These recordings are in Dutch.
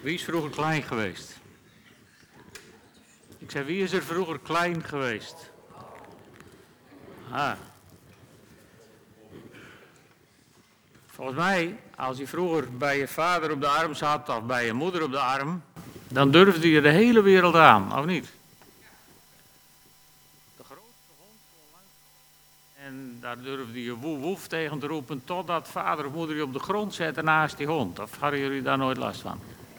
Wie is vroeger klein geweest? Ik zei, wie is er vroeger klein geweest? Volgens mij, als je vroeger bij je vader op de arm zat of bij je moeder op de arm, dan durfde je de hele wereld aan, of niet? De grootste hond kon langs en daar durfde je woef woef tegen te roepen totdat vader of moeder je op de grond zette naast die hond. Of hadden jullie daar nooit last van?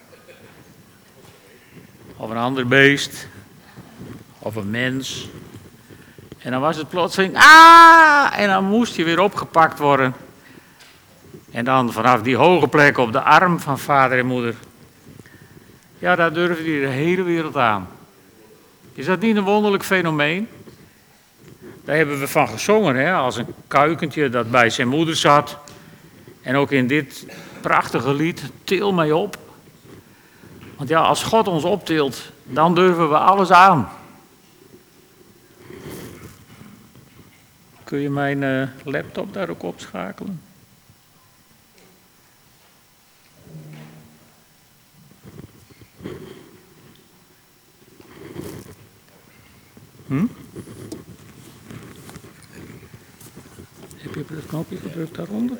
Of een ander beest, of een mens. En dan was het plotseling, en dan moest je weer opgepakt worden. En dan vanaf die hoge plek op de arm van vader en moeder. Ja, daar durfde je de hele wereld aan. Is dat niet een wonderlijk fenomeen? Daar hebben we van gezongen, hè? Als een kuikentje dat bij zijn moeder zat. En ook in dit prachtige lied, til mij op. Want ja, als God ons optilt, dan durven we alles aan. Kun je mijn laptop daar ook opschakelen? Heb je het knopje gedrukt daaronder?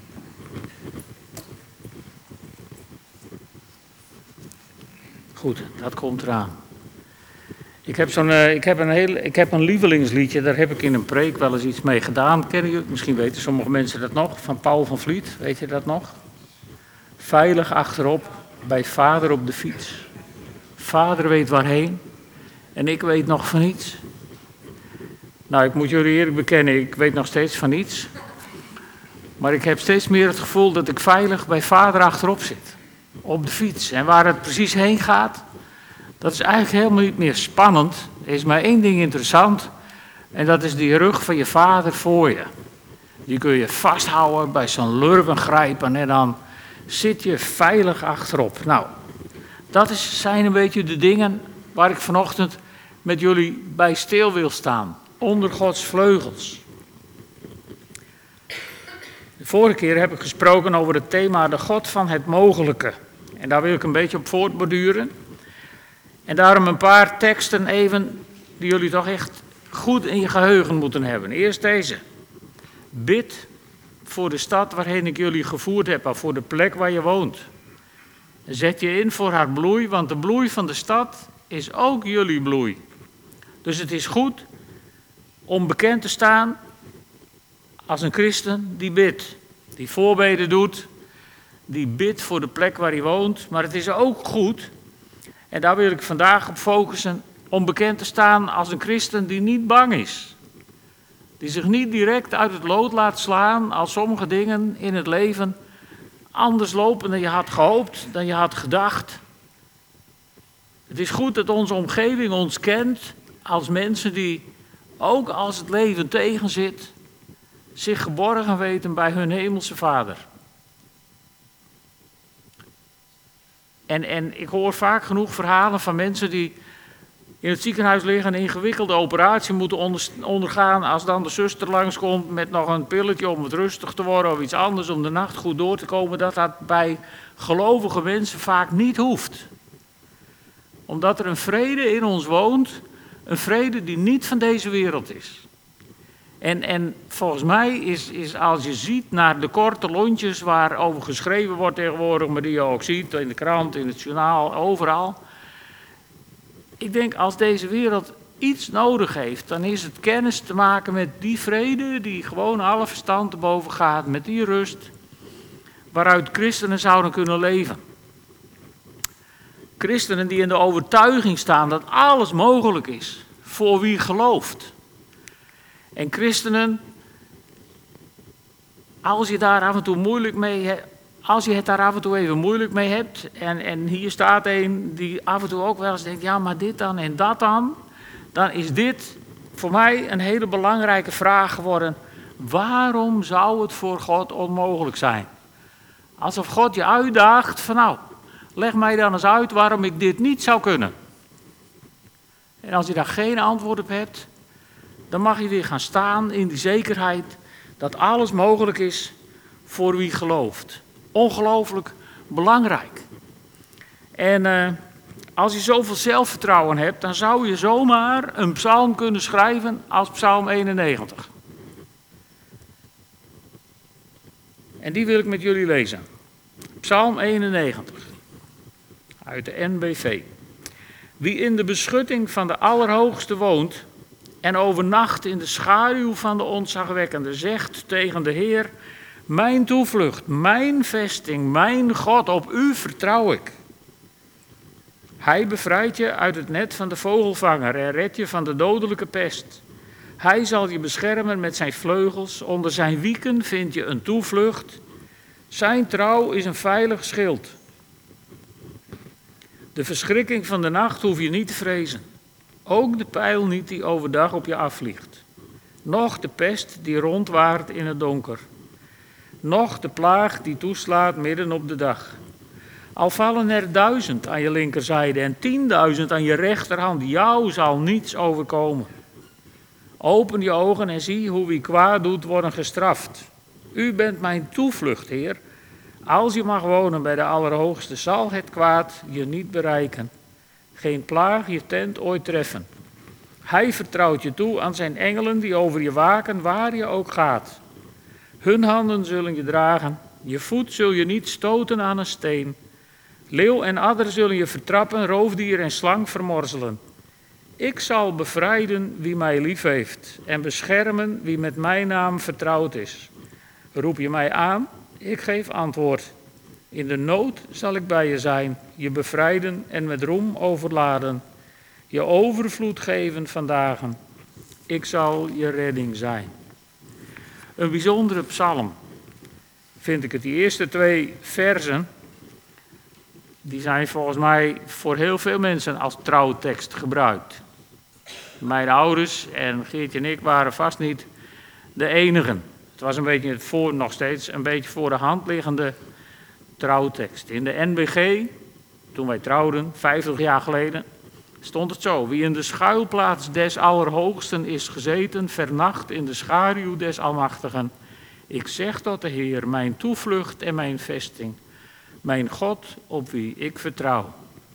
Goed, dat komt eraan. Ik heb een lievelingsliedje, daar heb ik in een preek wel eens iets mee gedaan. Kennen jullie? Misschien weten sommige mensen dat nog, van Paul van Vliet, weet je dat nog? Veilig achterop, bij vader op de fiets. Vader weet waarheen en ik weet nog van niets. Nou, ik moet jullie eerlijk bekennen, ik weet nog steeds van niets. Maar ik heb steeds meer het gevoel dat ik veilig bij vader achterop zit. Op de fiets. En waar het precies heen gaat, dat is eigenlijk helemaal niet meer spannend. Er is maar één ding interessant. En dat is die rug van je vader voor je. Die kun je vasthouden, bij zo'n lurven grijpen en dan zit je veilig achterop. Nou, dat zijn een beetje de dingen waar ik vanochtend met jullie bij stil wil staan. Onder Gods vleugels. De vorige keer heb ik gesproken over het thema de God van het mogelijke. En daar wil ik een beetje op voortborduren. En daarom een paar teksten even die jullie toch echt goed in je geheugen moeten hebben. Eerst deze. Bid voor de stad waarheen ik jullie gevoerd heb, of voor de plek waar je woont. Zet je in voor haar bloei, want de bloei van de stad is ook jullie bloei. Dus het is goed om bekend te staan als een christen die bidt, die voorbeden doet, die bidt voor de plek waar hij woont. Maar het is ook goed, en daar wil ik vandaag op focussen, om bekend te staan als een christen die niet bang is. Die zich niet direct uit het lood laat slaan als sommige dingen in het leven anders lopen dan je had gehoopt, dan je had gedacht. Het is goed dat onze omgeving ons kent als mensen die, ook als het leven tegenzit, zich geborgen weten bij hun hemelse Vader. En ik hoor vaak genoeg verhalen van mensen die in het ziekenhuis liggen, een ingewikkelde operatie moeten ondergaan. Als dan de zuster langskomt met nog een pilletje om wat rustig te worden of iets anders om de nacht goed door te komen, dat bij gelovige mensen vaak niet hoeft. Omdat er een vrede in ons woont, een vrede die niet van deze wereld is. En volgens mij is als je ziet naar de korte lontjes waarover geschreven wordt tegenwoordig, maar die je ook ziet in de krant, in het journaal, overal. Ik denk als deze wereld iets nodig heeft, dan is het kennis te maken met die vrede die gewoon alle verstand te boven gaat, met die rust waaruit christenen zouden kunnen leven. Christenen die in de overtuiging staan dat alles mogelijk is voor wie gelooft. En christenen, als je daar af en toe moeilijk mee hebt, als je het daar af en toe even moeilijk mee hebt, en hier staat een die af en toe ook wel eens denkt, ja maar dit dan en dat dan is dit voor mij een hele belangrijke vraag geworden. Waarom zou het voor God onmogelijk zijn? Alsof God je uitdaagt van nou, leg mij dan eens uit waarom ik dit niet zou kunnen. En als je daar geen antwoord op hebt, dan mag je weer gaan staan in die zekerheid dat alles mogelijk is voor wie gelooft. Ongelooflijk belangrijk. En als je zoveel zelfvertrouwen hebt, dan zou je zomaar een psalm kunnen schrijven als Psalm 91. En die wil ik met jullie lezen. Psalm 91, uit de NBV. Wie in de beschutting van de Allerhoogste woont en overnacht in de schaduw van de Ontzagwekkende, zegt tegen de Heer: mijn toevlucht, mijn vesting, mijn God, op u vertrouw ik. Hij bevrijdt je uit het net van de vogelvanger en redt je van de dodelijke pest. Hij zal je beschermen met zijn vleugels, onder zijn wieken vind je een toevlucht. Zijn trouw is een veilig schild. De verschrikking van de nacht hoef je niet te vrezen. Ook de pijl niet die overdag op je afvliegt. Noch de pest die rondwaart in het donker. Noch de plaag die toeslaat midden op de dag. Al vallen er 1000 aan je linkerzijde en 10.000 aan je rechterhand, jou zal niets overkomen. Open je ogen en zie hoe wie kwaad doet worden gestraft. U bent mijn toevlucht, Heer. Als je mag wonen bij de Allerhoogste, zal het kwaad je niet bereiken. Geen plaag je tent ooit treffen. Hij vertrouwt je toe aan zijn engelen die over je waken waar je ook gaat. Hun handen zullen je dragen, je voet zul je niet stoten aan een steen. Leeuw en adder zullen je vertrappen, roofdier en slang vermorzelen. Ik zal bevrijden wie mij lief heeft en beschermen wie met mijn naam vertrouwd is. Roep je mij aan, ik geef antwoord. In de nood zal ik bij je zijn, je bevrijden en met roem overladen. Je overvloed geven van dagen. Ik zal je redding zijn. Een bijzondere psalm vind ik het. Die eerste 2 versen, die zijn volgens mij voor heel veel mensen als trouwtekst gebruikt. Mijn ouders en Geertje en ik waren vast niet de enigen. Het was een beetje nog steeds een beetje voor de hand liggende trouwtekst. In de NBG, toen wij trouwden, 50 jaar geleden, stond het zo: wie in de schuilplaats des Allerhoogsten is gezeten, vernacht in de schaduw des Almachtigen. Ik zeg tot de Heer, mijn toevlucht en mijn vesting, mijn God op wie ik vertrouw.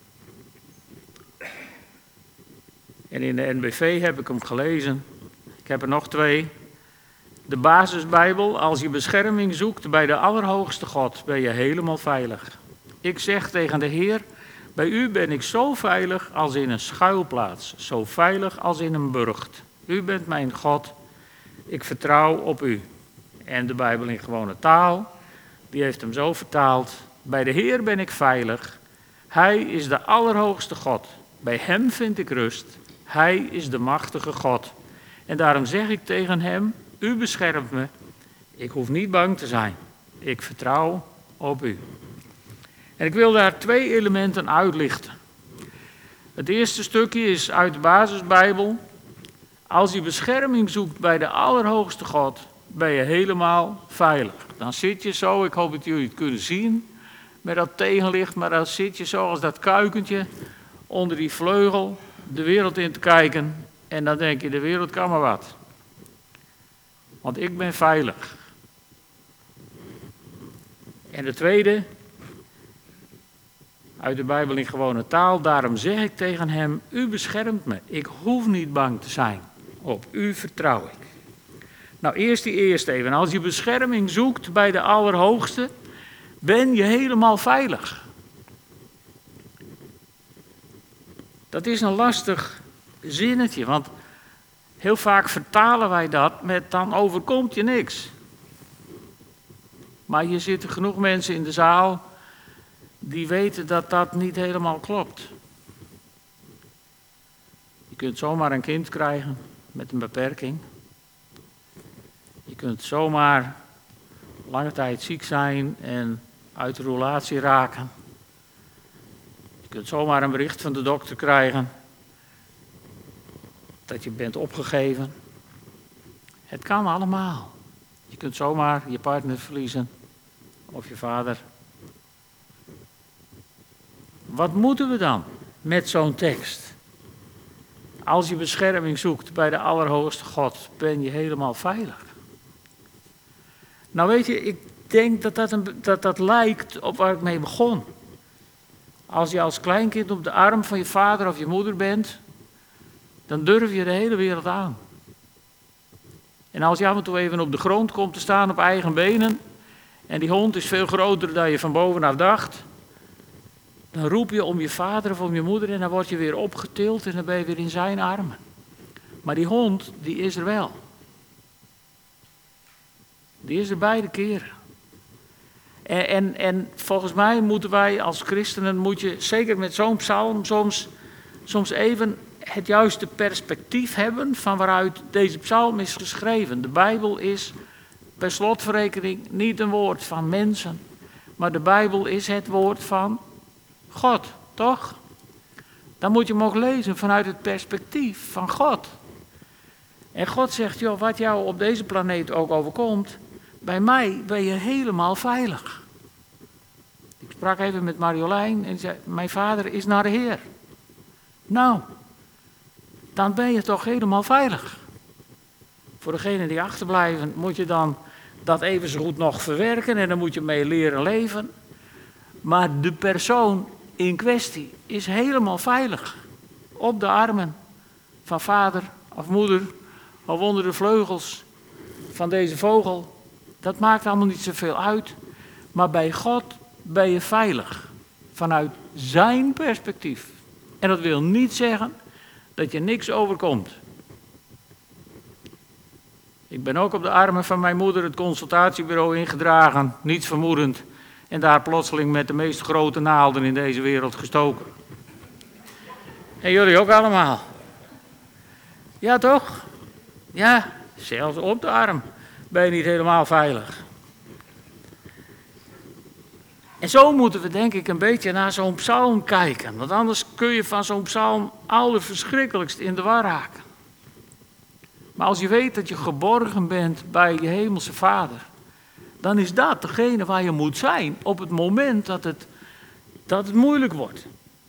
En in de NBV heb ik hem gelezen. Ik heb er nog 2. De basisbijbel: als je bescherming zoekt bij de Allerhoogste God, ben je helemaal veilig. Ik zeg tegen de Heer, bij u ben ik zo veilig als in een schuilplaats, zo veilig als in een burcht. U bent mijn God, ik vertrouw op u. En de Bijbel in gewone taal, die heeft hem zo vertaald: bij de Heer ben ik veilig, hij is de Allerhoogste God. Bij hem vind ik rust, hij is de machtige God. En daarom zeg ik tegen hem, u beschermt me, ik hoef niet bang te zijn, ik vertrouw op u. En ik wil daar 2 elementen uitlichten. Het eerste stukje is uit de basisbijbel: als je bescherming zoekt bij de Allerhoogste God, ben je helemaal veilig. Dan zit je zo, ik hoop dat jullie het kunnen zien met dat tegenlicht, maar dan zit je zo als dat kuikentje onder die vleugel de wereld in te kijken en dan denk je, de wereld kan maar wat. Want ik ben veilig. En de tweede, uit de Bijbel in gewone taal: daarom zeg ik tegen hem, u beschermt me, ik hoef niet bang te zijn, op u vertrouw ik. Nou, eerst die eerste even. Als je bescherming zoekt bij de Allerhoogste, ben je helemaal veilig. Dat is een lastig zinnetje, want heel vaak vertalen wij dat met dan overkomt je niks. Maar hier zitten genoeg mensen in de zaal die weten dat dat niet helemaal klopt. Je kunt zomaar een kind krijgen met een beperking. Je kunt zomaar lange tijd ziek zijn en uit de roulatie raken. Je kunt zomaar een bericht van de dokter krijgen dat je bent opgegeven. Het kan allemaal. Je kunt zomaar je partner verliezen of je vader. Wat moeten we dan met zo'n tekst? Als je bescherming zoekt bij de Allerhoogste God, ben je helemaal veilig. Nou weet je, ik denk dat lijkt op waar ik mee begon. Als je als kleinkind op de arm van je vader of je moeder bent, dan durf je de hele wereld aan. En als je af en toe even op de grond komt te staan op eigen benen, en die hond is veel groter dan je van bovenaf dacht, dan roep je om je vader of om je moeder en dan word je weer opgetild en dan ben je weer in zijn armen. Maar die hond, die is er wel. Die is er beide keren. En volgens mij moeten wij als christenen, moet je zeker met zo'n psalm soms even het juiste perspectief hebben van waaruit deze psalm is geschreven. De Bijbel is per slotverrekening niet een woord van mensen, maar de Bijbel is het woord van God, toch? Dan moet je hem ook lezen vanuit het perspectief van God. En God zegt, joh, wat jou op deze planeet ook overkomt, bij mij ben je helemaal veilig. Ik sprak even met Marjolein en zei, mijn vader is naar de Heer. Nou, dan ben je toch helemaal veilig. Voor degenen die achterblijven moet je dan dat even zo goed nog verwerken en dan moet je mee leren leven. Maar de persoon in kwestie is helemaal veilig. Op de armen van vader of moeder of onder de vleugels van deze vogel. Dat maakt allemaal niet zoveel uit. Maar bij God ben je veilig. Vanuit zijn perspectief. En dat wil niet zeggen dat je niks overkomt. Ik ben ook op de armen van mijn moeder het consultatiebureau ingedragen. Niets vermoedend. En daar plotseling met de meest grote naalden in deze wereld gestoken. En jullie ook allemaal. Ja toch? Ja, zelfs op de arm ben je niet helemaal veilig. En zo moeten we denk ik een beetje naar zo'n psalm kijken. Want anders kun je van zo'n psalm allerverschrikkelijkst in de war raken. Maar als je weet dat je geborgen bent bij je hemelse vader, dan is dat degene waar je moet zijn op het moment dat het moeilijk wordt.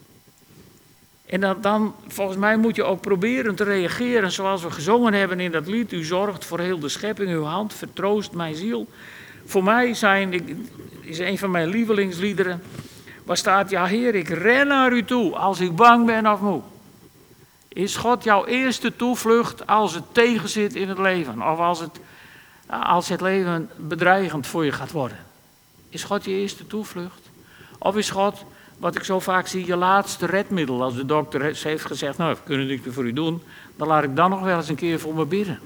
En dan, volgens mij moet je ook proberen te reageren zoals we gezongen hebben in dat lied. U zorgt voor heel de schepping, uw hand vertroost mijn ziel. Voor mij is een van mijn lievelingsliederen, waar staat, ja Heer, ik ren naar u toe als ik bang ben of moe. Is God jouw eerste toevlucht als het tegenzit in het leven? Of als het leven bedreigend voor je gaat worden? Is God je eerste toevlucht? Of is God, wat ik zo vaak zie, je laatste redmiddel? Als de dokter heeft gezegd, nou, we kunnen niks meer voor u doen, dan laat ik dan nog wel eens een keer voor me bidden.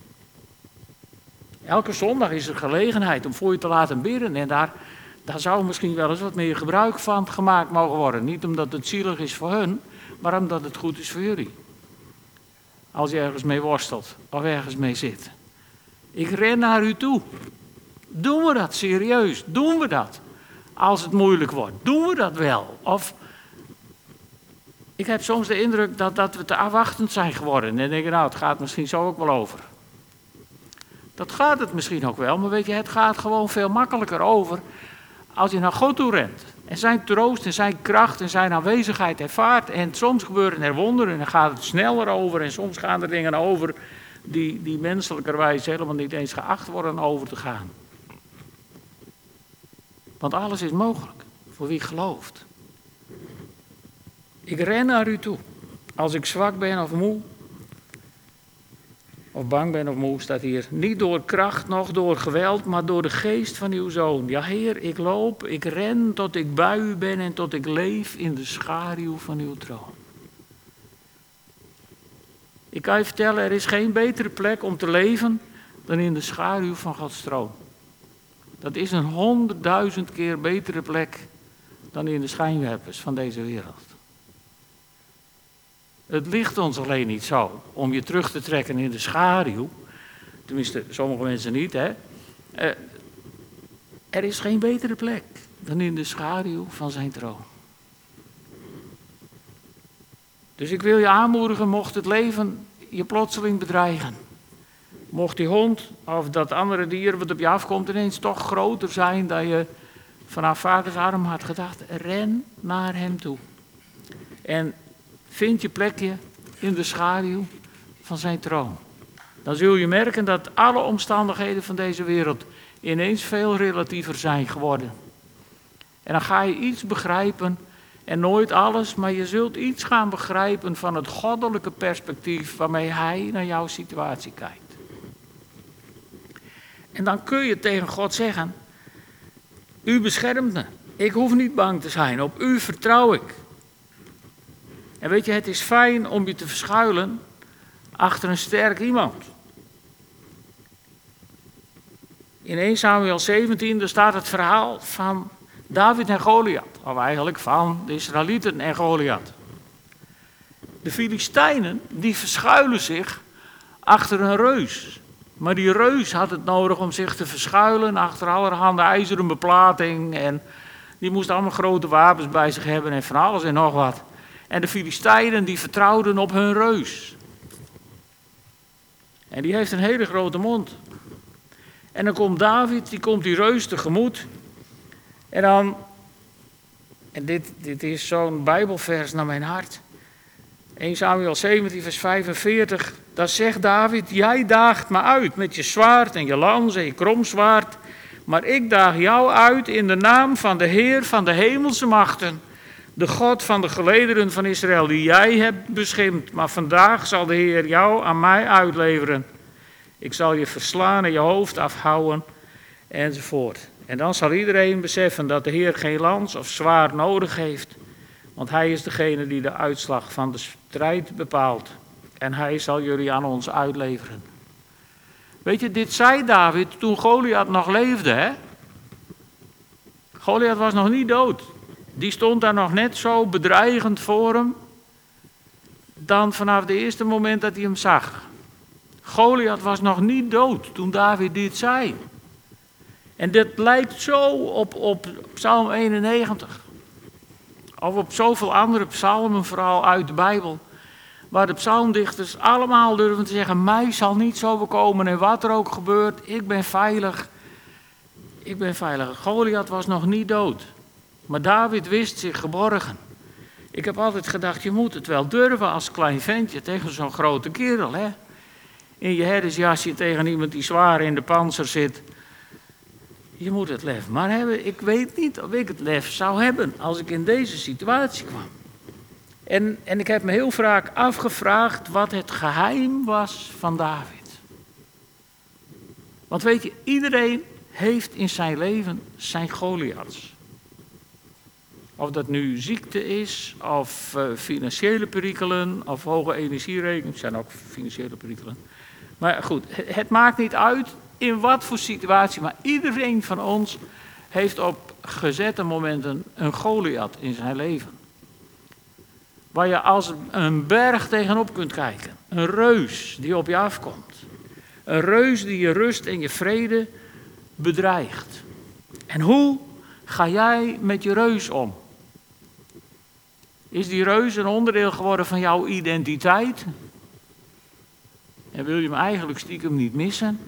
Elke zondag is er gelegenheid om voor je te laten bidden. En daar zou misschien wel eens wat meer gebruik van gemaakt mogen worden. Niet omdat het zielig is voor hun, maar omdat het goed is voor jullie. Als je ergens mee worstelt of ergens mee zit. Ik ren naar u toe. Doen we dat serieus? Doen we dat? Als het moeilijk wordt, doen we dat wel? Of ik heb soms de indruk dat we te afwachtend zijn geworden. En denken, nou, het gaat misschien zo ook wel over. Dat gaat het misschien ook wel, maar weet je, het gaat gewoon veel makkelijker over als je naar God toe rent. En zijn troost en zijn kracht en zijn aanwezigheid ervaart. En soms gebeuren er wonderen en dan gaat het sneller over. En soms gaan er dingen over die menselijkerwijs helemaal niet eens geacht worden over te gaan. Want alles is mogelijk voor wie gelooft. Ik ren naar u toe. Als ik zwak ben of moe, of bang ben of moe, staat hier. Niet door kracht, noch door geweld, maar door de geest van uw zoon. Ja, Heer, ik loop, ik ren tot ik bij u ben en tot ik leef in de schaduw van uw troon. Ik kan je vertellen, er is geen betere plek om te leven dan in de schaduw van Gods troon. Dat is een 100.000 keer betere plek dan in de schijnwerpers van deze wereld. Het ligt ons alleen niet zo om je terug te trekken in de schaduw. Tenminste, sommige mensen niet, hè. Er is geen betere plek dan in de schaduw van zijn troon. Dus ik wil je aanmoedigen, mocht het leven je plotseling bedreigen. Mocht die hond of dat andere dier wat op je afkomt ineens toch groter zijn dan je vanaf vaders arm had gedacht. Ren naar hem toe. En vind je plekje in de schaduw van zijn troon. Dan zul je merken dat alle omstandigheden van deze wereld ineens veel relatiever zijn geworden. En dan ga je iets begrijpen en nooit alles, maar je zult iets gaan begrijpen van het goddelijke perspectief waarmee hij naar jouw situatie kijkt. En dan kun je tegen God zeggen, u beschermt me, ik hoef niet bang te zijn, op u vertrouw ik. En weet je, het is fijn om je te verschuilen achter een sterk iemand. In 1 Samuel 17 daar staat het verhaal van David en Goliath. Of eigenlijk van de Israëlieten en Goliath. De Filistijnen die verschuilen zich achter een reus. Maar die reus had het nodig om zich te verschuilen achter allerhande ijzeren beplating. En die moest allemaal grote wapens bij zich hebben en van alles en nog wat. En de Filistijnen die vertrouwden op hun reus. En die heeft een hele grote mond. En dan komt David, die komt die reus tegemoet. En dit is zo'n Bijbelvers naar mijn hart. 1 Samuel 17 vers 45, daar zegt David, jij daagt me uit met je zwaard en je lans en je kromzwaard. Maar ik daag jou uit in de naam van de Heer van de hemelse machten. De God van de gelederen van Israël, die jij hebt beschimd. Maar vandaag zal de Heer jou aan mij uitleveren. Ik zal je verslaan en je hoofd afhouden, enzovoort. En dan zal iedereen beseffen dat de Heer geen lans of zwaard nodig heeft. Want hij is degene die de uitslag van de strijd bepaalt. En hij zal jullie aan ons uitleveren. Weet je, dit zei David toen Goliath nog leefde, hè? Goliath was nog niet dood. Die stond daar nog net zo bedreigend voor hem dan vanaf het eerste moment dat hij hem zag. Goliath was nog niet dood toen David dit zei. En dit lijkt zo op Psalm 91. Of op zoveel andere psalmen, vooral uit de Bijbel. Waar de psalmdichters allemaal durven te zeggen, mij zal niet zo bekomen en wat er ook gebeurt, ik ben veilig. Ik ben veilig. Goliath was nog niet dood. Maar David wist zich geborgen. Ik heb altijd gedacht, je moet het wel durven als klein ventje tegen zo'n grote kerel, hè. In je herdersjasje tegen iemand die zwaar in de panzer zit. Je moet het lef maar hebben. Ik weet niet of ik het lef zou hebben als ik in deze situatie kwam. En ik heb me heel vaak afgevraagd wat het geheim was van David. Want weet je, iedereen heeft in zijn leven zijn Goliaths. Of dat nu ziekte is, of financiële perikelen, of hoge energierekeningen, zijn ook financiële perikelen. Maar goed, het maakt niet uit in wat voor situatie, maar iedereen van ons heeft op gezette momenten een Goliath in zijn leven. Waar je als een berg tegenop kunt kijken. Een reus die op je afkomt. Een reus die je rust en je vrede bedreigt. En hoe ga jij met je reus om? Is die reus een onderdeel geworden van jouw identiteit? En wil je hem eigenlijk stiekem niet missen?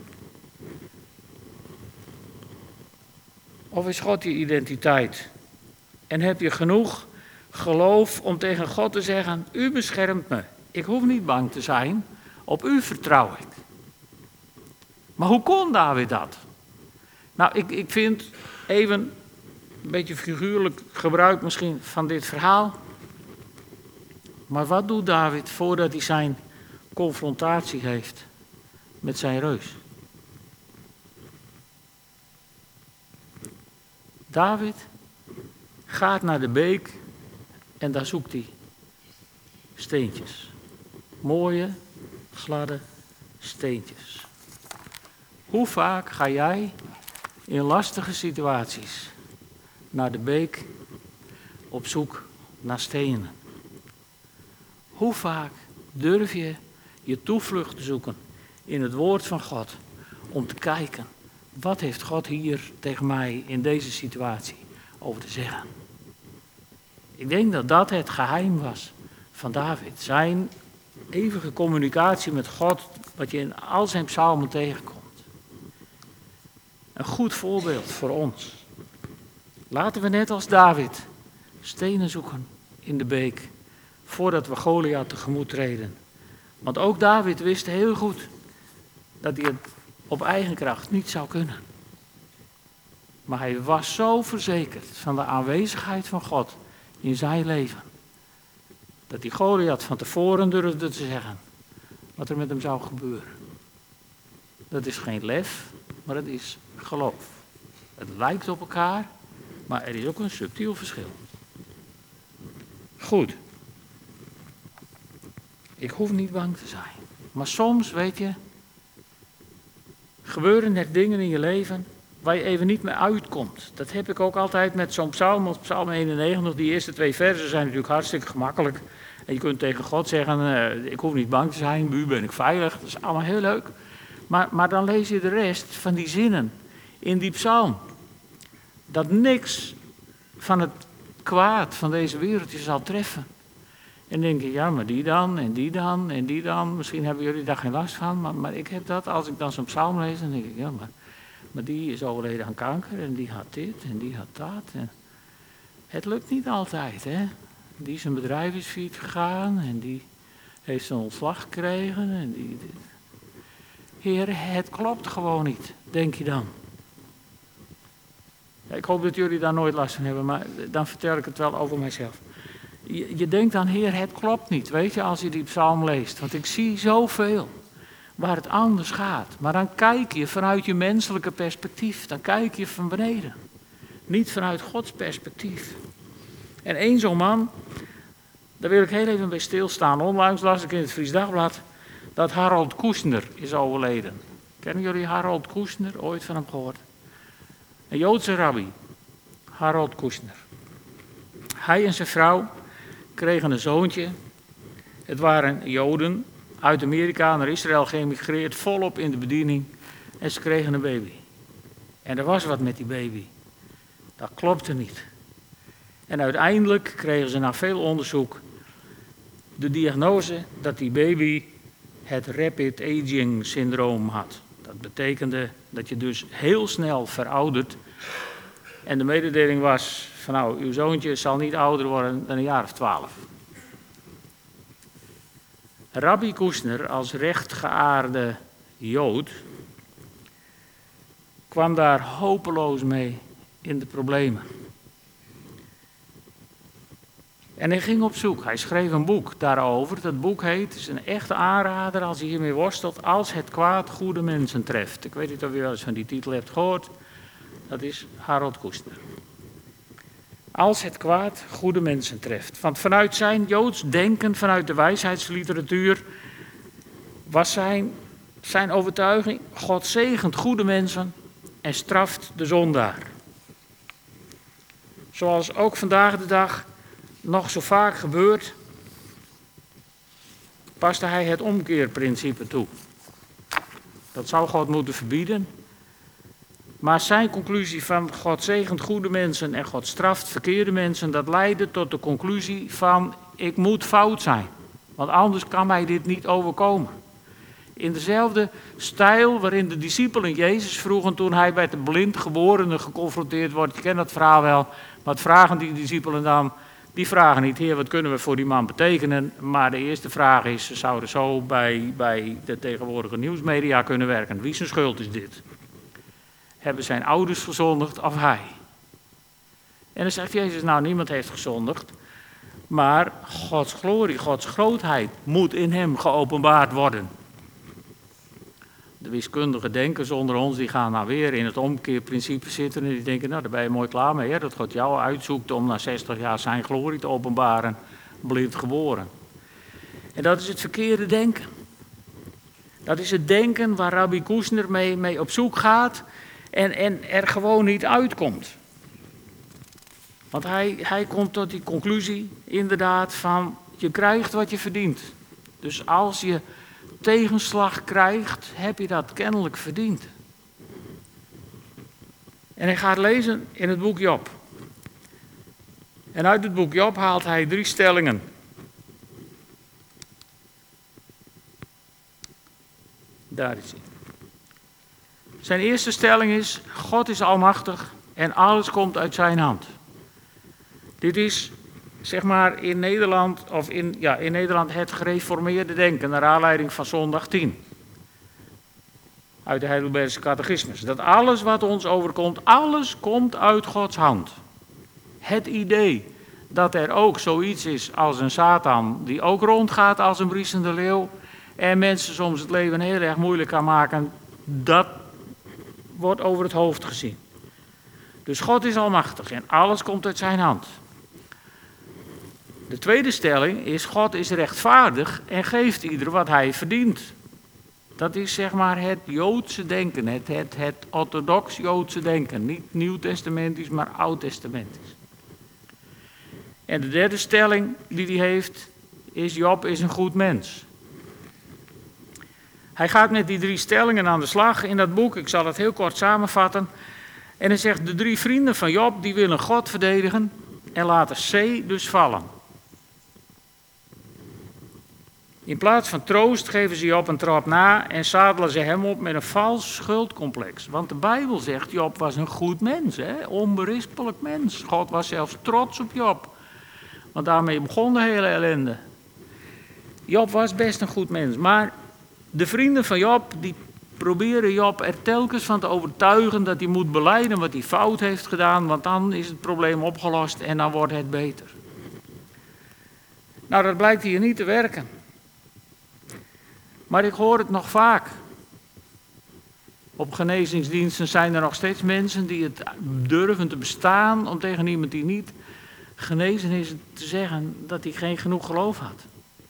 Of is God je identiteit? En heb je genoeg geloof om tegen God te zeggen, u beschermt me. Ik hoef niet bang te zijn, op u vertrouw ik. Maar hoe kon David dat? Nou, ik vind even een beetje figuurlijk gebruik misschien van dit verhaal. Maar wat doet David voordat hij zijn confrontatie heeft met zijn reus? David gaat naar de beek en daar zoekt hij steentjes. Mooie, gladde steentjes. Hoe vaak ga jij in lastige situaties naar de beek op zoek naar stenen? Hoe vaak durf je je toevlucht te zoeken in het woord van God om te kijken, wat heeft God hier tegen mij in deze situatie over te zeggen? Ik denk dat dat het geheim was van David. Zijn eeuwige communicatie met God, wat je in al zijn psalmen tegenkomt. Een goed voorbeeld voor ons. Laten we net als David stenen zoeken in de beek, voordat we Goliath tegemoet treden. Want ook David wist heel goed dat hij het op eigen kracht niet zou kunnen. Maar hij was zo verzekerd van de aanwezigheid van God in zijn leven. Dat die Goliath van tevoren durfde te zeggen wat er met hem zou gebeuren. Dat is geen lef, maar het is geloof. Het lijkt op elkaar, maar er is ook een subtiel verschil. Goed. Ik hoef niet bang te zijn. Maar soms, weet je, gebeuren er dingen in je leven waar je even niet meer uitkomt. Dat heb ik ook altijd met zo'n psalm, als psalm 91. Die eerste 2 versen zijn natuurlijk hartstikke gemakkelijk. En je kunt tegen God zeggen, ik hoef niet bang te zijn, bij u ben ik veilig. Dat is allemaal heel leuk. Maar dan lees je de rest van die zinnen in die psalm. Dat niks van het kwaad van deze wereld je zal treffen. En dan denk je, ja, maar die dan, en die dan, en die dan. Misschien hebben jullie daar geen last van, maar ik heb dat. Als ik dan zo'n psalm lees, dan denk ik, ja, maar die is overleden aan kanker, en die had dit, en die had dat. En het lukt niet altijd, hè. Die zijn bedrijf is failliet gegaan, en die heeft zijn ontslag gekregen, en die. Heer, het klopt gewoon niet, denk je dan. Ja, ik hoop dat jullie daar nooit last van hebben, maar dan vertel ik het wel over mijzelf. Je denkt dan, Heer, het klopt niet, weet je, als je die psalm leest. Want ik zie zoveel waar het anders gaat. Maar dan kijk je vanuit je menselijke perspectief. Dan kijk je van beneden. Niet vanuit Gods perspectief. En één zo'n man, daar wil ik heel even bij stilstaan. Onlangs las ik in het Fries Dagblad dat Harold Kushner is overleden. Kennen jullie Harold Kushner? Ooit van hem gehoord? Een Joodse rabbi, Harold Kushner. Hij en zijn vrouw kregen een zoontje. Het waren Joden uit Amerika naar Israël geëmigreerd, volop in de bediening. En ze kregen een baby. En er was wat met die baby. Dat klopte niet. En uiteindelijk kregen ze na veel onderzoek de diagnose dat die baby het rapid aging syndroom had. Dat betekende dat je dus heel snel veroudert. En de mededeling was van nou, uw zoontje zal niet ouder worden dan een jaar of 12. Rabbi Kushner als rechtgeaarde Jood kwam daar hopeloos mee in de problemen. En hij ging op zoek. Hij schreef een boek daarover. Dat boek heet, is een echte aanrader als je hiermee worstelt, Als het kwaad goede mensen treft. Ik weet niet of je wel eens van die titel hebt gehoord. Dat is Harold Kushner. Als het kwaad goede mensen treft. Want vanuit zijn Joods denken, vanuit de wijsheidsliteratuur, was zijn overtuiging: God zegent goede mensen en straft de zondaar. Zoals ook vandaag de dag nog zo vaak gebeurt, paste hij het omkeerprincipe toe. Dat zou God moeten verbieden. Maar zijn conclusie van God zegent goede mensen en God straft verkeerde mensen, dat leidde tot de conclusie van ik moet fout zijn. Want anders kan mij dit niet overkomen. In dezelfde stijl waarin de discipelen Jezus vroegen toen hij bij de blindgeborene geconfronteerd wordt. Je kent dat verhaal wel. Wat vragen die discipelen dan? Die vragen niet, Heer, wat kunnen we voor die man betekenen? Maar de eerste vraag is, ze zouden zo bij de tegenwoordige nieuwsmedia kunnen werken. Wie zijn schuld is dit? Hebben zijn ouders gezondigd of hij? En dan zegt Jezus, nou, niemand heeft gezondigd. Maar Gods glorie, Gods grootheid moet in hem geopenbaard worden. De wiskundige denkers onder ons, die gaan nou weer in het omkeerprincipe zitten. En die denken, nou, daar ben je mooi klaar mee. Hè? Dat God jou uitzoekt om na 60 jaar zijn glorie te openbaren. Blind geboren. En dat is het verkeerde denken. Dat is het denken waar Rabbi Kushner mee op zoek gaat. En er gewoon niet uitkomt. Want hij komt tot die conclusie, inderdaad, van je krijgt wat je verdient. Dus als je tegenslag krijgt, heb je dat kennelijk verdiend. En hij gaat lezen in het boek Job. En uit het boek Job haalt hij 3 stellingen. Daar is hij. Zijn eerste stelling is, God is almachtig en alles komt uit zijn hand. Dit is, zeg maar, in Nederland het gereformeerde denken, naar aanleiding van zondag 10. Uit de Heidelbergse catechismus. Dat alles wat ons overkomt, alles komt uit Gods hand. Het idee dat er ook zoiets is als een Satan die ook rondgaat als een briesende leeuw en mensen soms het leven heel erg moeilijk kan maken, dat wordt over het hoofd gezien. Dus God is almachtig en alles komt uit zijn hand. De tweede stelling is, God is rechtvaardig en geeft ieder wat hij verdient. Dat is zeg maar het Joodse denken, het orthodox Joodse denken. Niet Nieuwtestamentisch, maar Oud-testamentisch. En de derde stelling die hij heeft, is Job is een goed mens. Hij gaat met die 3 stellingen aan de slag in dat boek. Ik zal het heel kort samenvatten. En hij zegt, de 3 vrienden van Job, die willen God verdedigen en laten C dus vallen. In plaats van troost geven ze Job een trap na en zadelen ze hem op met een vals schuldcomplex. Want de Bijbel zegt, Job was een goed mens, onberispelijk mens. God was zelfs trots op Job, want daarmee begon de hele ellende. Job was best een goed mens, maar de vrienden van Job, die proberen Job er telkens van te overtuigen dat hij moet belijden wat hij fout heeft gedaan, want dan is het probleem opgelost en dan wordt het beter. Nou, dat blijkt hier niet te werken. Maar ik hoor het nog vaak. Op genezingsdiensten zijn er nog steeds mensen die het durven te bestaan om tegen iemand die niet genezen is te zeggen dat hij geen genoeg geloof had.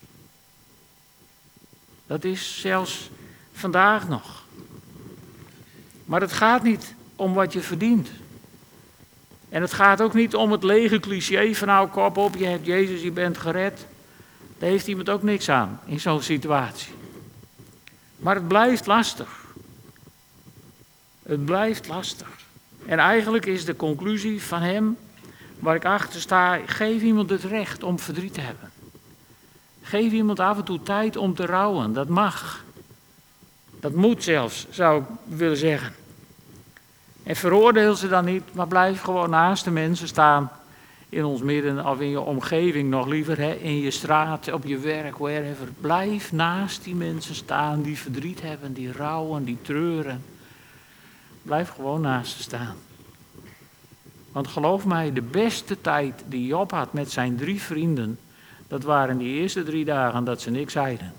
Dat is zelfs vandaag nog. Maar het gaat niet om wat je verdient. En het gaat ook niet om het lege cliché van nou kop op, je hebt Jezus, je bent gered. Daar heeft iemand ook niks aan in zo'n situatie. Maar het blijft lastig. Het blijft lastig. En eigenlijk is de conclusie van hem, waar ik achter sta, geef iemand het recht om verdriet te hebben. Geef iemand af en toe tijd om te rouwen, dat mag. Dat moet zelfs, zou ik willen zeggen. En veroordeel ze dan niet, maar blijf gewoon naast de mensen staan. In ons midden of in je omgeving, nog liever in je straat, op je werk, wherever. Blijf naast die mensen staan die verdriet hebben, die rouwen, die treuren. Blijf gewoon naast ze staan. Want geloof mij, de beste tijd die Job had met zijn 3 vrienden, dat waren die eerste 3 dagen dat ze niks zeiden.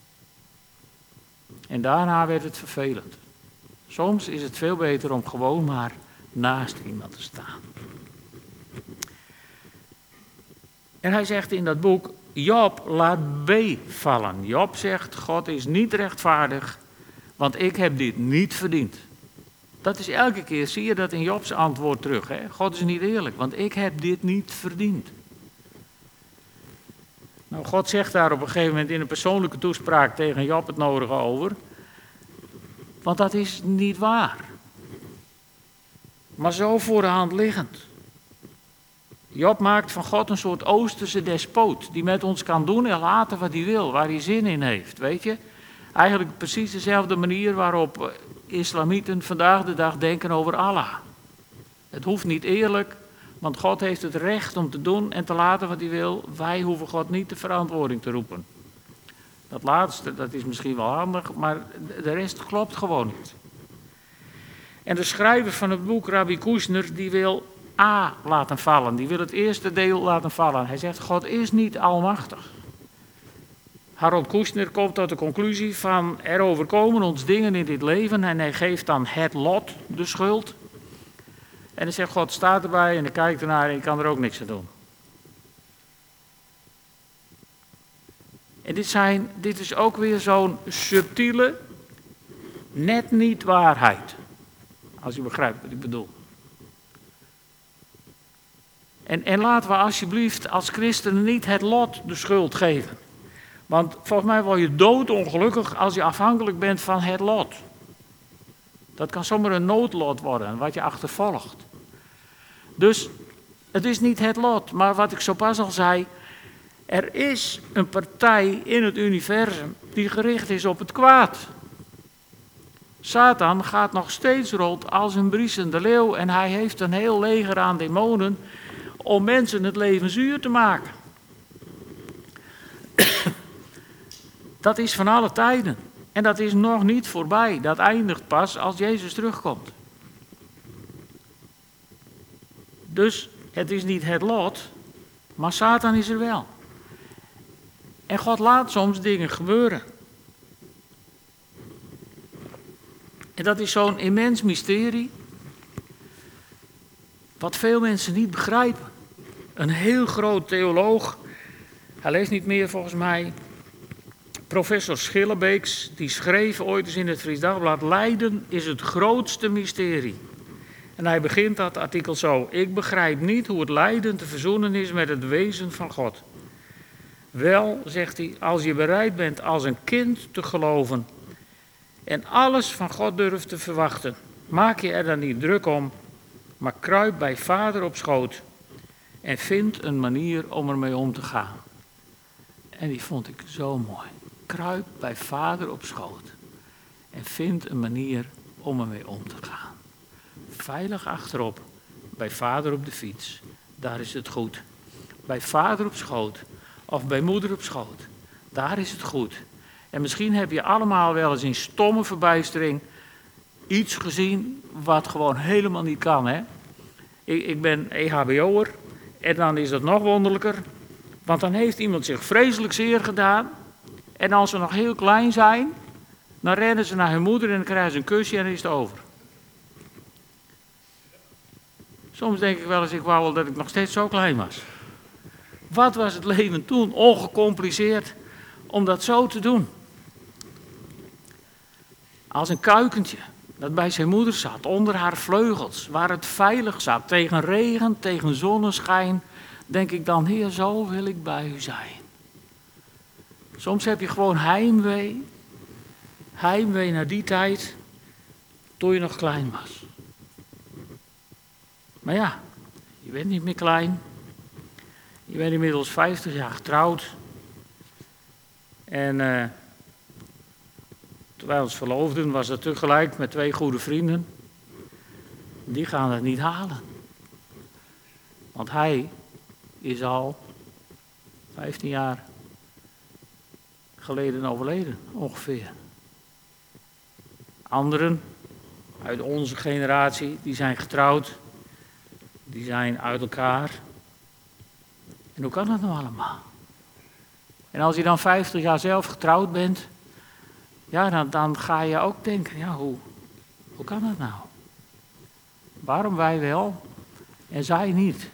En daarna werd het vervelend. Soms is het veel beter om gewoon maar naast iemand te staan. En hij zegt in dat boek, Job laat B vallen. Job zegt, God is niet rechtvaardig, want ik heb dit niet verdiend. Dat is elke keer, zie je dat in Jobs antwoord terug. Hè? God is niet eerlijk, want ik heb dit niet verdiend. Nou, God zegt daar op een gegeven moment in een persoonlijke toespraak tegen Job het nodige over. Want dat is niet waar. Maar zo voor de hand liggend. Job maakt van God een soort Oosterse despoot, die met ons kan doen en laten wat hij wil, waar hij zin in heeft, weet je. Eigenlijk precies dezelfde manier waarop islamieten vandaag de dag denken over Allah. Het hoeft niet eerlijk, want God heeft het recht om te doen en te laten wat hij wil. Wij hoeven God niet de verantwoording te roepen. Dat laatste, dat is misschien wel handig, maar de rest klopt gewoon niet. En de schrijver van het boek, Rabbi Kushner, die wil A laten vallen. Die wil het eerste deel laten vallen. Hij zegt, God is niet almachtig. Harold Kushner komt tot de conclusie van, er overkomen ons dingen in dit leven en hij geeft dan het lot de schuld. En hij zegt, God staat erbij en hij kijkt ernaar en ik kan er ook niks aan doen. En dit is ook weer zo'n subtiele, net niet waarheid. Als u begrijpt wat ik bedoel. En laten we alsjeblieft als christenen niet het lot de schuld geven. Want volgens mij word je doodongelukkig als je afhankelijk bent van het lot. Dat kan zomaar een noodlot worden, wat je achtervolgt. Dus het is niet het lot, maar wat ik zo pas al zei, er is een partij in het universum die gericht is op het kwaad. Satan gaat nog steeds rond als een briesende leeuw en hij heeft een heel leger aan demonen om mensen het leven zuur te maken. Dat is van alle tijden. En dat is nog niet voorbij. Dat eindigt pas als Jezus terugkomt. Dus het is niet het lot, Maar Satan is er wel. En God laat soms dingen gebeuren. En dat is zo'n immens mysterie, wat veel mensen niet begrijpen. Een heel groot theoloog, hij leeft niet meer volgens mij, professor Schillebeeks, die schreef ooit eens in het Fries Dagblad: lijden is het grootste mysterie. En hij begint dat artikel zo: ik begrijp niet hoe het lijden te verzoenen is met het wezen van God. Wel, zegt hij, als je bereid bent als een kind te geloven en alles van God durft te verwachten, maak je er dan niet druk om, maar kruip bij Vader op schoot en vind een manier om ermee om te gaan. En die vond ik zo mooi. Kruip bij Vader op schoot en vind een manier om ermee om te gaan. Veilig achterop, bij Vader op de fiets, daar is het goed. Bij Vader op schoot of bij moeder op schoot, daar is het goed. En misschien heb je allemaal wel eens in stomme verbijstering iets gezien wat gewoon helemaal niet kan. Hè? Ik ben EHBO'er en dan is dat nog wonderlijker. Want dan heeft iemand zich vreselijk zeer gedaan. En als ze nog heel klein zijn, dan rennen ze naar hun moeder en dan krijgen ze een kusje en dan is het over. Soms denk ik wel eens, ik wou wel dat ik nog steeds zo klein was. Wat was het leven toen ongecompliceerd om dat zo te doen? Als een kuikentje dat bij zijn moeder zat, onder haar vleugels, waar het veilig zat, tegen regen, tegen zonneschijn, denk ik dan, Heer, zo wil ik bij u zijn. Soms heb je gewoon heimwee naar die tijd, toen je nog klein was. Maar ja, je bent niet meer klein. Je bent inmiddels 50 jaar getrouwd. En toen wij ons verloofden, was dat tegelijk met 2 goede vrienden. Die gaan het niet halen. Want hij is al 15 jaar geleden overleden, ongeveer. Anderen uit onze generatie, die zijn getrouwd. Die zijn uit elkaar. En hoe kan dat nou allemaal? En als je dan 50 jaar zelf getrouwd bent, ja, dan ga je ook denken, ja, hoe kan dat nou? Waarom wij wel en zij niet?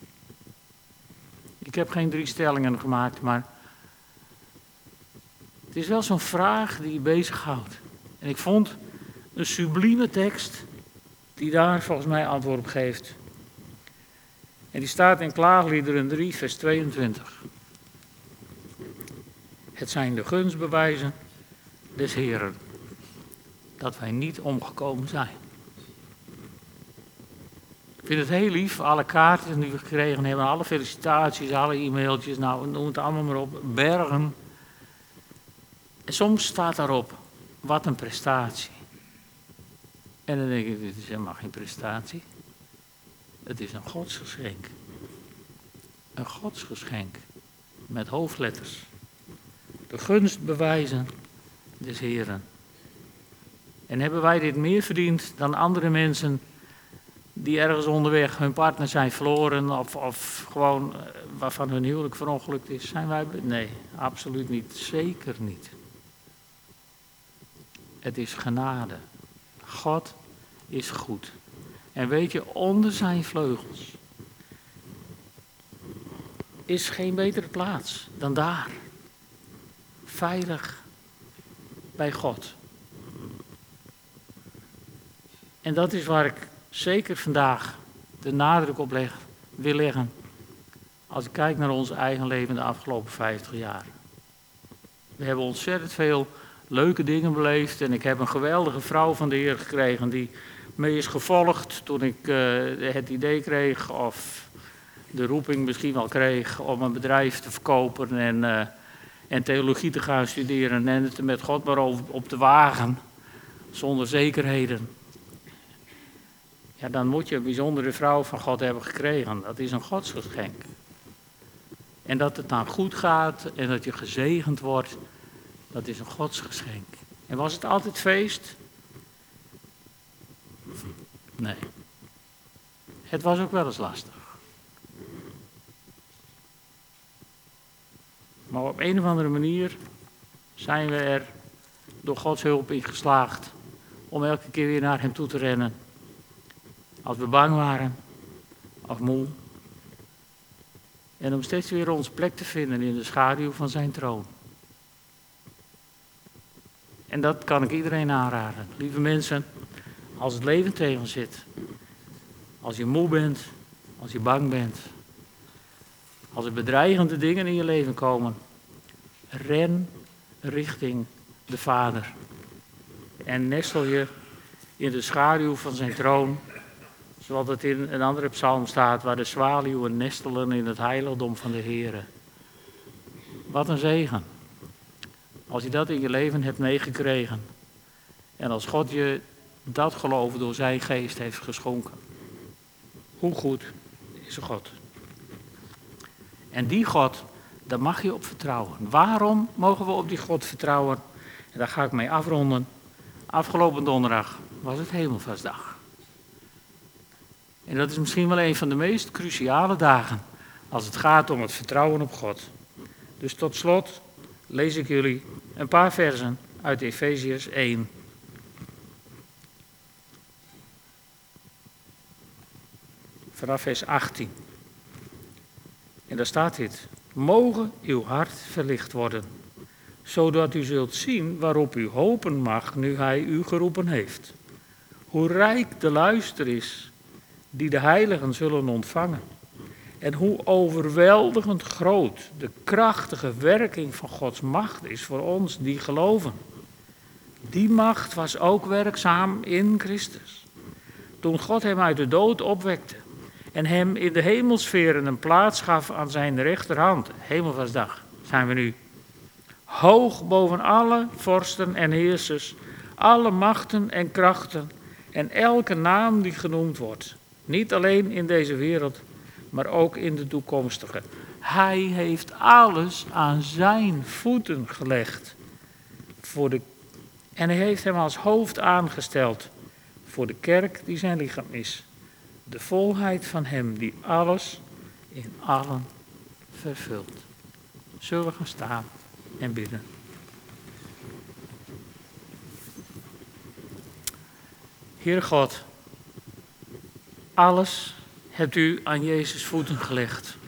Ik heb geen 3 stellingen gemaakt, maar het is wel zo'n vraag die je bezighoudt. En ik vond een sublieme tekst die daar volgens mij antwoord op geeft. En die staat in Klaagliederen 3, vers 22. Het zijn de gunstbewijzen des Heeren, dat wij niet omgekomen zijn. Ik vind het heel lief, alle kaarten die we gekregen hebben, alle felicitaties, alle e-mailtjes, nou noem het allemaal maar op, bergen. En soms staat daarop, wat een prestatie. En dan denk ik, dit is helemaal geen prestatie. Het is een godsgeschenk. Een godsgeschenk. Met hoofdletters. De gunstbewijzen des Heeren. En hebben wij dit meer verdiend dan andere mensen die ergens onderweg hun partner zijn verloren of gewoon waarvan hun huwelijk verongelukt is? Zijn wij? Nee, absoluut niet. Zeker niet. Het is genade. God is goed. En weet je, onder zijn vleugels is geen betere plaats dan daar. Veilig bij God. En dat is waar ik zeker vandaag de nadruk op wil leggen. Als ik kijk naar ons eigen leven de afgelopen 50 jaar. We hebben ontzettend veel leuke dingen beleefd. En ik heb een geweldige vrouw van de Heer gekregen die me is gevolgd toen ik het idee kreeg of de roeping misschien wel kreeg om een bedrijf te verkopen en theologie te gaan studeren en het er met God maar op te wagen, zonder zekerheden. Ja, dan moet je een bijzondere vrouw van God hebben gekregen. Dat is een godsgeschenk. En dat het dan goed gaat en dat je gezegend wordt, dat is een godsgeschenk. En was het altijd feest? Nee. Het was ook wel eens lastig. Maar op een of andere manier zijn we er door Gods hulp in geslaagd om elke keer weer naar hem toe te rennen. Als we bang waren of moe. En om steeds weer onze plek te vinden in de schaduw van zijn troon. En dat kan ik iedereen aanraden. Lieve mensen, als het leven tegen zit, als je moe bent, als je bang bent, als er bedreigende dingen in je leven komen, ren richting de Vader. En nestel je in de schaduw van zijn troon, zoals het in een andere psalm staat, waar de zwaluwen nestelen in het heiligdom van de Heere. Wat een zegen. Als je dat in je leven hebt meegekregen. En als God je dat geloof door zijn geest heeft geschonken. Hoe goed is God? En die God, daar mag je op vertrouwen. Waarom mogen we op die God vertrouwen? En daar ga ik mee afronden. Afgelopen donderdag was het Hemelvaartsdag. En dat is misschien wel een van de meest cruciale dagen als het gaat om het vertrouwen op God. Dus tot slot lees ik jullie een paar versen uit Efeziërs 1. Vanaf vers 18. En daar staat dit. Mogen uw hart verlicht worden, zodat u zult zien waarop u hopen mag nu hij u geroepen heeft. Hoe rijk de luister is die de heiligen zullen ontvangen. En hoe overweldigend groot de krachtige werking van Gods macht is voor ons die geloven. Die macht was ook werkzaam in Christus. Toen God hem uit de dood opwekte en hem in de hemelsferen een plaats gaf aan zijn rechterhand. Hemelvaartsdag zijn we nu. Hoog boven alle vorsten en heersers, alle machten en krachten en elke naam die genoemd wordt. Niet alleen in deze wereld, maar ook in de toekomstige. Hij heeft alles aan zijn voeten gelegd. En hij heeft hem als hoofd aangesteld voor de kerk die zijn lichaam is. De volheid van hem die alles in allen vervult. Zullen we gaan staan en bidden. Heere God, alles hebt u aan Jezus voeten gelegd.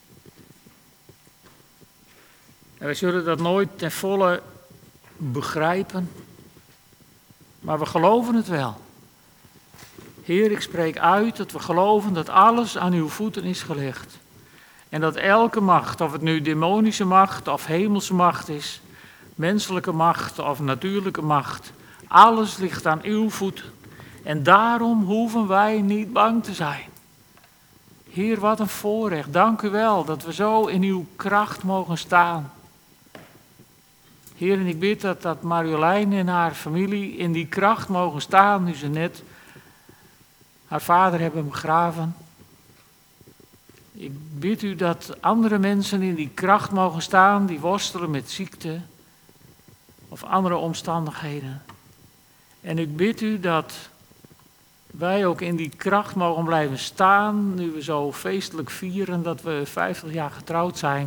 En wij zullen dat nooit ten volle begrijpen, maar we geloven het wel. Heer, ik spreek uit dat we geloven dat alles aan uw voeten is gelegd. En dat elke macht, of het nu demonische macht of hemelse macht is, menselijke macht of natuurlijke macht, alles ligt aan uw voeten. En daarom hoeven wij niet bang te zijn. Heer, wat een voorrecht. Dank u wel dat we zo in uw kracht mogen staan. Heer, en ik bid dat Marjolein en haar familie in die kracht mogen staan, nu ze net haar vader hebben begraven. Ik bid u dat andere mensen in die kracht mogen staan, die worstelen met ziekte of andere omstandigheden. En ik bid u dat wij ook in die kracht mogen blijven staan, nu we zo feestelijk vieren dat we 50 jaar getrouwd zijn.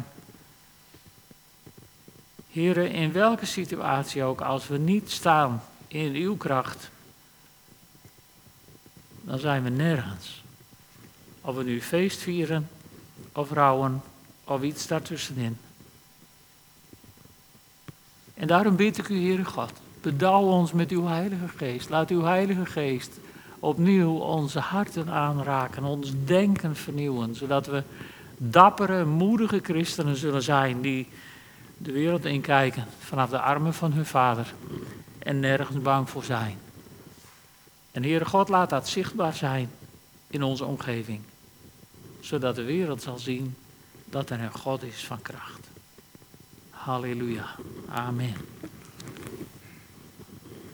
Heren, in welke situatie ook, als we niet staan in uw kracht, dan zijn we nergens. Of we nu feest vieren, of rouwen, of iets daartussenin. En daarom bid ik u, Heere God, bedouw ons met uw Heilige Geest. Laat uw Heilige Geest opnieuw onze harten aanraken, ons denken vernieuwen, zodat we dappere, moedige christenen zullen zijn die de wereld inkijken vanaf de armen van hun Vader en nergens bang voor zijn. En Heere God, laat dat zichtbaar zijn in onze omgeving, zodat de wereld zal zien dat er een God is van kracht. Halleluja. Amen.